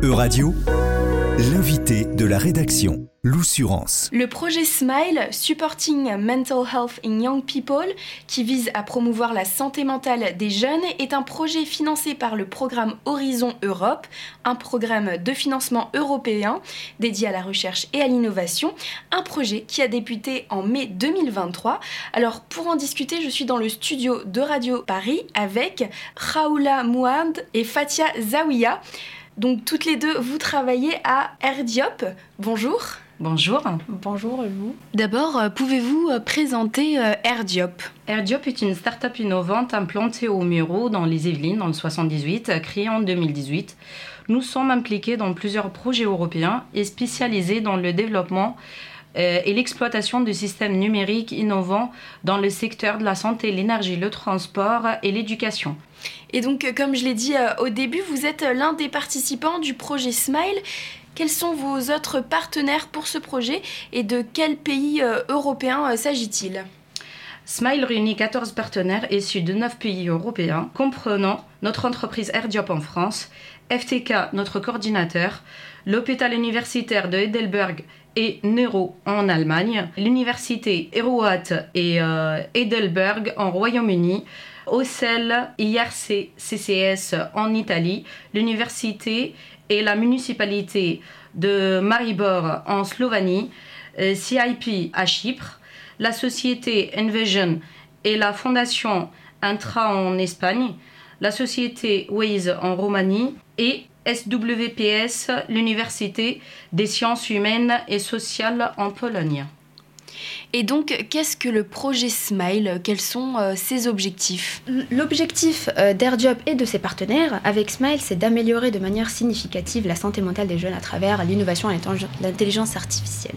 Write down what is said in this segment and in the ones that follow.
Euradio, l'invité de la rédaction, l'Oussurance. Le projet SMILE, Supporting Mental Health in Young People, qui vise à promouvoir la santé mentale des jeunes, est un projet financé par le programme Horizon Europe, un programme de financement européen dédié à la recherche et à l'innovation, un projet qui a débuté en mai 2023. Alors pour en discuter, je suis dans le studio de Radio Paris avec Raoula Mouad et Fatia Zawiya. Donc toutes les deux, vous travaillez à AirDiop. Bonjour. Bonjour. Bonjour Lou. D'abord, pouvez-vous présenter AirDiop ? AirDiop est une start-up innovante implantée au Muro dans les Yvelines dans le 78, créée en 2018. Nous sommes impliqués dans plusieurs projets européens et spécialisés dans le développement et l'exploitation de systèmes numériques innovants dans le secteur de la santé, l'énergie, le transport et l'éducation. Et donc, comme je l'ai dit au début, vous êtes l'un des participants du projet SMILE. Quels sont vos autres partenaires pour ce projet et de quels pays européens s'agit-il ? SMILE réunit 14 partenaires issus de 9 pays européens, comprenant notre entreprise AirDiop en France, FTK, notre coordinateur, l'hôpital universitaire de Heidelberg et Neuro en Allemagne, l'université Eroat et Heidelberg en Royaume-Uni, OCEL, IRC, CCS en Italie, l'université et la municipalité de Maribor en Slovénie, CIP à Chypre, la société Envision et la fondation Intra en Espagne, la société Waze en Roumanie et SWPS, l'université des sciences humaines et sociales en Pologne. Et donc, qu'est-ce que le projet SMILE ? Quels sont ses objectifs ? L'objectif d'AirDiop et de ses partenaires avec SMILE, c'est d'améliorer de manière significative la santé mentale des jeunes à travers l'innovation et l'intelligence artificielle.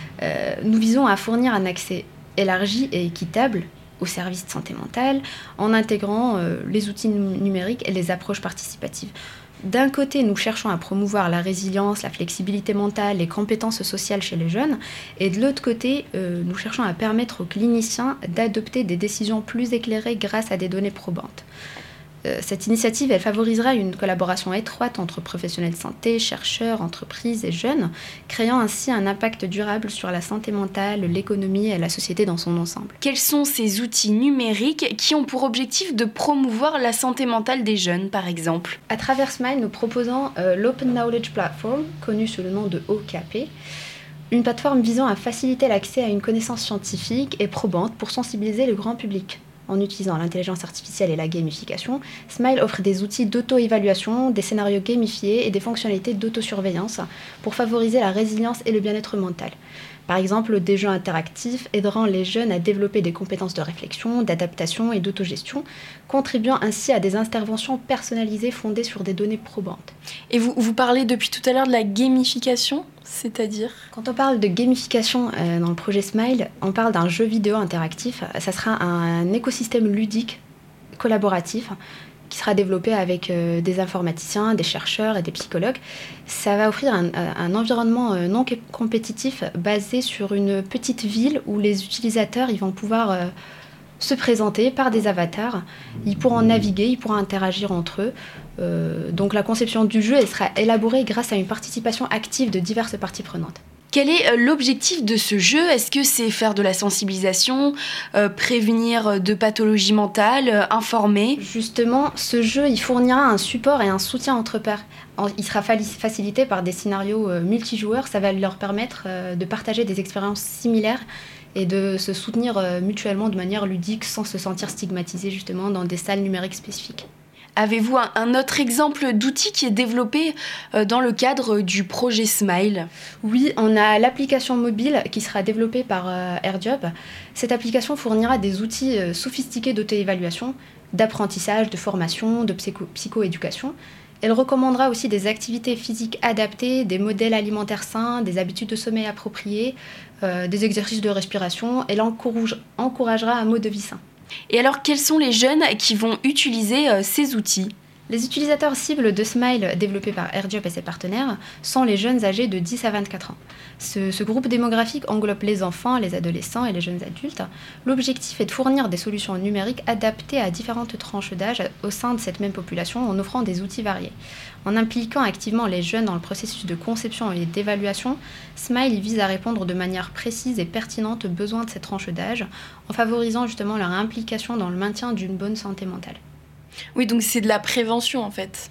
Nous visons à fournir un accès élargi et équitable aux services de santé mentale en intégrant les outils numériques et les approches participatives. D'un côté, nous cherchons à promouvoir la résilience, la flexibilité mentale, les compétences sociales chez les jeunes. Et de l'autre côté, nous cherchons à permettre aux cliniciens d'adopter des décisions plus éclairées grâce à des données probantes. Cette initiative, elle favorisera une collaboration étroite entre professionnels de santé, chercheurs, entreprises et jeunes, créant ainsi un impact durable sur la santé mentale, l'économie et la société dans son ensemble. Quels sont ces outils numériques qui ont pour objectif de promouvoir la santé mentale des jeunes, par exemple ? À travers SMILE, nous proposons l'Open Knowledge Platform, connue sous le nom de OKP, une plateforme visant à faciliter l'accès à une connaissance scientifique et probante pour sensibiliser le grand public. En utilisant l'intelligence artificielle et la gamification, SMILE offre des outils d'auto-évaluation, des scénarios gamifiés et des fonctionnalités d'autosurveillance pour favoriser la résilience et le bien-être mental. Par exemple, des jeux interactifs aideront les jeunes à développer des compétences de réflexion, d'adaptation et d'autogestion, contribuant ainsi à des interventions personnalisées fondées sur des données probantes. Et vous parlez depuis tout à l'heure de la gamification, c'est-à-dire ? Quand on parle de gamification dans le projet SMILE, on parle d'un jeu vidéo interactif. Ça sera un écosystème ludique, collaboratif, qui sera développé avec des informaticiens, des chercheurs et des psychologues. Ça va offrir un environnement non compétitif basé sur une petite ville où les utilisateurs ils vont pouvoir se présenter par des avatars. Ils pourront naviguer, ils pourront interagir entre eux. Donc la conception du jeu elle sera élaborée grâce à une participation active de diverses parties prenantes. Quel est l'objectif de ce jeu ? Est-ce que c'est faire de la sensibilisation, prévenir de pathologies mentales, informer ? Justement, ce jeu, il fournira un support et un soutien entre pairs. Il sera facilité par des scénarios multijoueurs. Ça va leur permettre de partager des expériences similaires et de se soutenir mutuellement de manière ludique sans se sentir stigmatisé justement dans des salles numériques spécifiques. Avez-vous un autre exemple d'outil qui est développé dans le cadre du projet SMILE ? Oui, on a l'application mobile qui sera développée par AirDiop. Cette application fournira des outils sophistiqués d'auto-évaluation, d'apprentissage, de formation, de psychoéducation. Elle recommandera aussi des activités physiques adaptées, des modèles alimentaires sains, des habitudes de sommeil appropriées, des exercices de respiration. Elle encouragera un mode de vie sain. Et alors, quels sont les jeunes qui vont utiliser ces outils ? Les utilisateurs cibles de Smile développés par AirJob et ses partenaires sont les jeunes âgés de 10 à 24 ans. Ce groupe démographique englobe les enfants, les adolescents et les jeunes adultes. L'objectif est de fournir des solutions numériques adaptées à différentes tranches d'âge au sein de cette même population en offrant des outils variés. En impliquant activement les jeunes dans le processus de conception et d'évaluation, Smile vise à répondre de manière précise et pertinente aux besoins de cette tranche d'âge en favorisant justement leur implication dans le maintien d'une bonne santé mentale. Oui, donc c'est de la prévention en fait.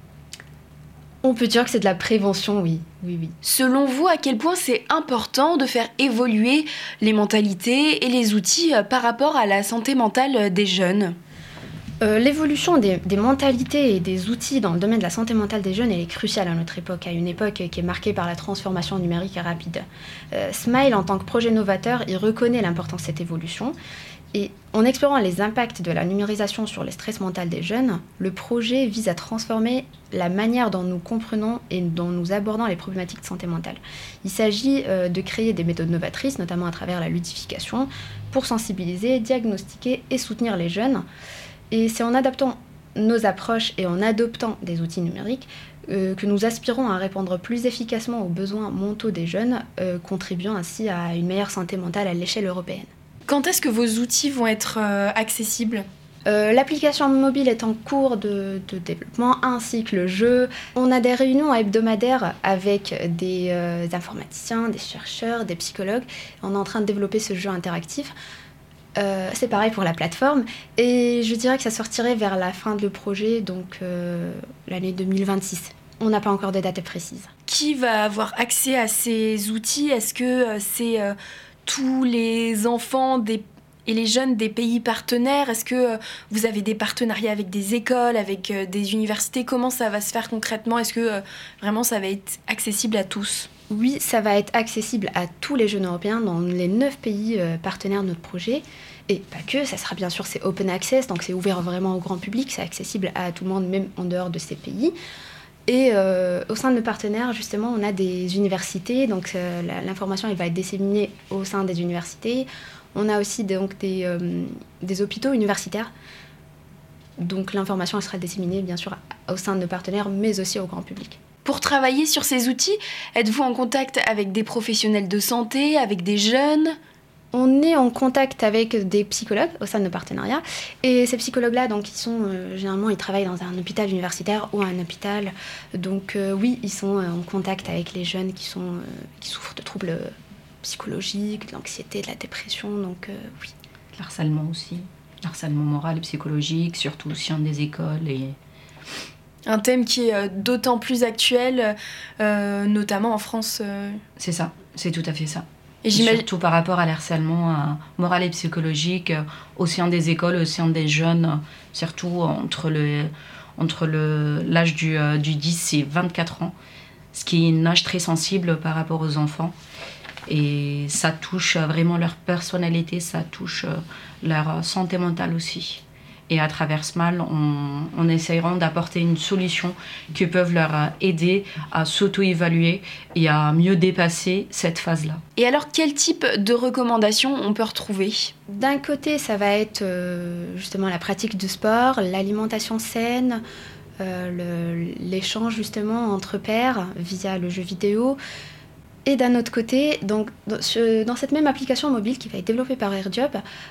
On peut dire que c'est de la prévention, oui. Selon vous, à quel point c'est important de faire évoluer les mentalités et les outils par rapport à la santé mentale des jeunes ? L'évolution des mentalités et des outils dans le domaine de la santé mentale des jeunes, elle est cruciale à notre époque, à une époque qui est marquée par la transformation numérique rapide. Smile, en tant que projet novateur, il reconnaît l'importance de cette évolution. Et en explorant les impacts de la numérisation sur le stress mental des jeunes, le projet vise à transformer la manière dont nous comprenons et dont nous abordons les problématiques de santé mentale. Il s'agit de créer des méthodes novatrices, notamment à travers la ludification, pour sensibiliser, diagnostiquer et soutenir les jeunes. Et c'est en adaptant nos approches et en adoptant des outils numériques que nous aspirons à répondre plus efficacement aux besoins mentaux des jeunes, contribuant ainsi à une meilleure santé mentale à l'échelle européenne. Quand est-ce que vos outils vont être accessibles ? L'application mobile est en cours de développement ainsi que le jeu. On a des réunions hebdomadaires avec des informaticiens, des chercheurs, des psychologues. On est en train de développer ce jeu interactif. C'est pareil pour la plateforme. Et je dirais que ça sortirait vers la fin de le projet, donc l'année 2026. On n'a pas encore de date précise. Qui va avoir accès à ces outils ? Est-ce que c'est tous les enfants et les jeunes des pays partenaires ? Est-ce que vous avez des partenariats avec des écoles, avec des universités ? Comment ça va se faire concrètement ? Est-ce que vraiment ça va être accessible à tous ? Oui, ça va être accessible à tous les jeunes européens dans les 9 pays partenaires de notre projet. Et pas que, ça sera bien sûr, c'est open access, donc c'est ouvert vraiment au grand public, c'est accessible à tout le monde, même en dehors de ces pays. Et au sein de nos partenaires, justement, on a des universités, donc l'information elle va être disséminée au sein des universités. On a aussi donc des hôpitaux universitaires, donc l'information elle sera disséminée, bien sûr, au sein de nos partenaires, mais aussi au grand public. Pour travailler sur ces outils, êtes-vous en contact avec des professionnels de santé, avec des jeunes ? On est en contact avec des psychologues au sein de nos partenariats. Et ces psychologues-là, donc, généralement, ils travaillent dans un hôpital universitaire ou un hôpital. Donc, oui, ils sont en contact avec les jeunes qui souffrent de troubles psychologiques, de l'anxiété, de la dépression. Donc, oui. L'harcèlement aussi. L'harcèlement moral et psychologique, surtout au sein des écoles. Un thème qui est d'autant plus actuel, notamment en France. C'est ça, c'est tout à fait ça. Et surtout par rapport à l'harcèlement moral et psychologique au sein des écoles, au sein des jeunes, surtout entre l'âge du 10 et 24 ans, ce qui est un âge très sensible par rapport aux enfants. Et ça touche vraiment leur personnalité, ça touche leur santé mentale aussi. Et à travers Smile, on essaiera d'apporter une solution qui peut leur aider à s'auto-évaluer et à mieux dépasser cette phase-là. Et alors, quel type de recommandations on peut retrouver ? D'un côté, ça va être justement la pratique du sport, l'alimentation saine, l'échange justement entre pairs via le jeu vidéo. Et d'un autre côté, donc, dans cette même application mobile qui va être développée par AirJob,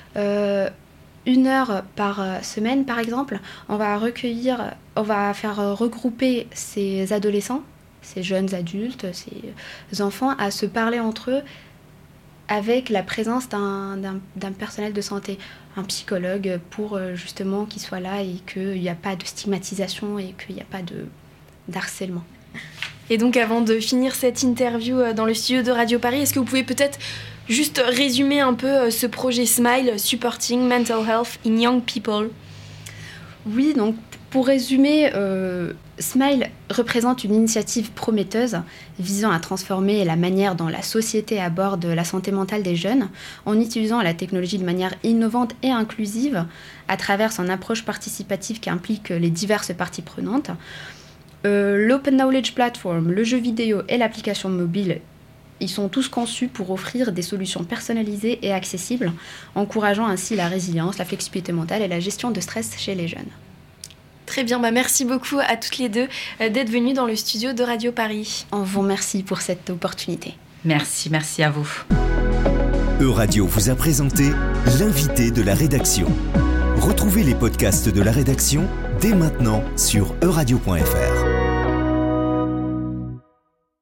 1 heure par semaine, par exemple, on va faire regrouper ces adolescents, ces jeunes adultes, ces enfants, à se parler entre eux avec la présence d'un personnel de santé, un psychologue, pour justement qu'il soit là et qu'il n'y a pas de stigmatisation et qu'il n'y a pas d'harcèlement. Et donc, avant de finir cette interview dans le studio de Radio Paris, est-ce que vous pouvez peut-être juste résumer un peu ce projet Smile, Supporting Mental Health in Young People ? Oui, donc pour résumer, Smile représente une initiative prometteuse visant à transformer la manière dont la société aborde la santé mentale des jeunes en utilisant la technologie de manière innovante et inclusive à travers son approche participative qui implique les diverses parties prenantes. L'Open Knowledge Platform, le jeu vidéo et l'application mobile, ils sont tous conçus pour offrir des solutions personnalisées et accessibles, encourageant ainsi la résilience, la flexibilité mentale et la gestion de stress chez les jeunes. Très bien, merci beaucoup à toutes les deux d'être venues dans le studio de Radio Paris. On vous remercie pour cette opportunité. Merci à vous. Euradio vous a présenté l'invité de la rédaction. Retrouvez les podcasts de la rédaction dès maintenant sur euradio.fr.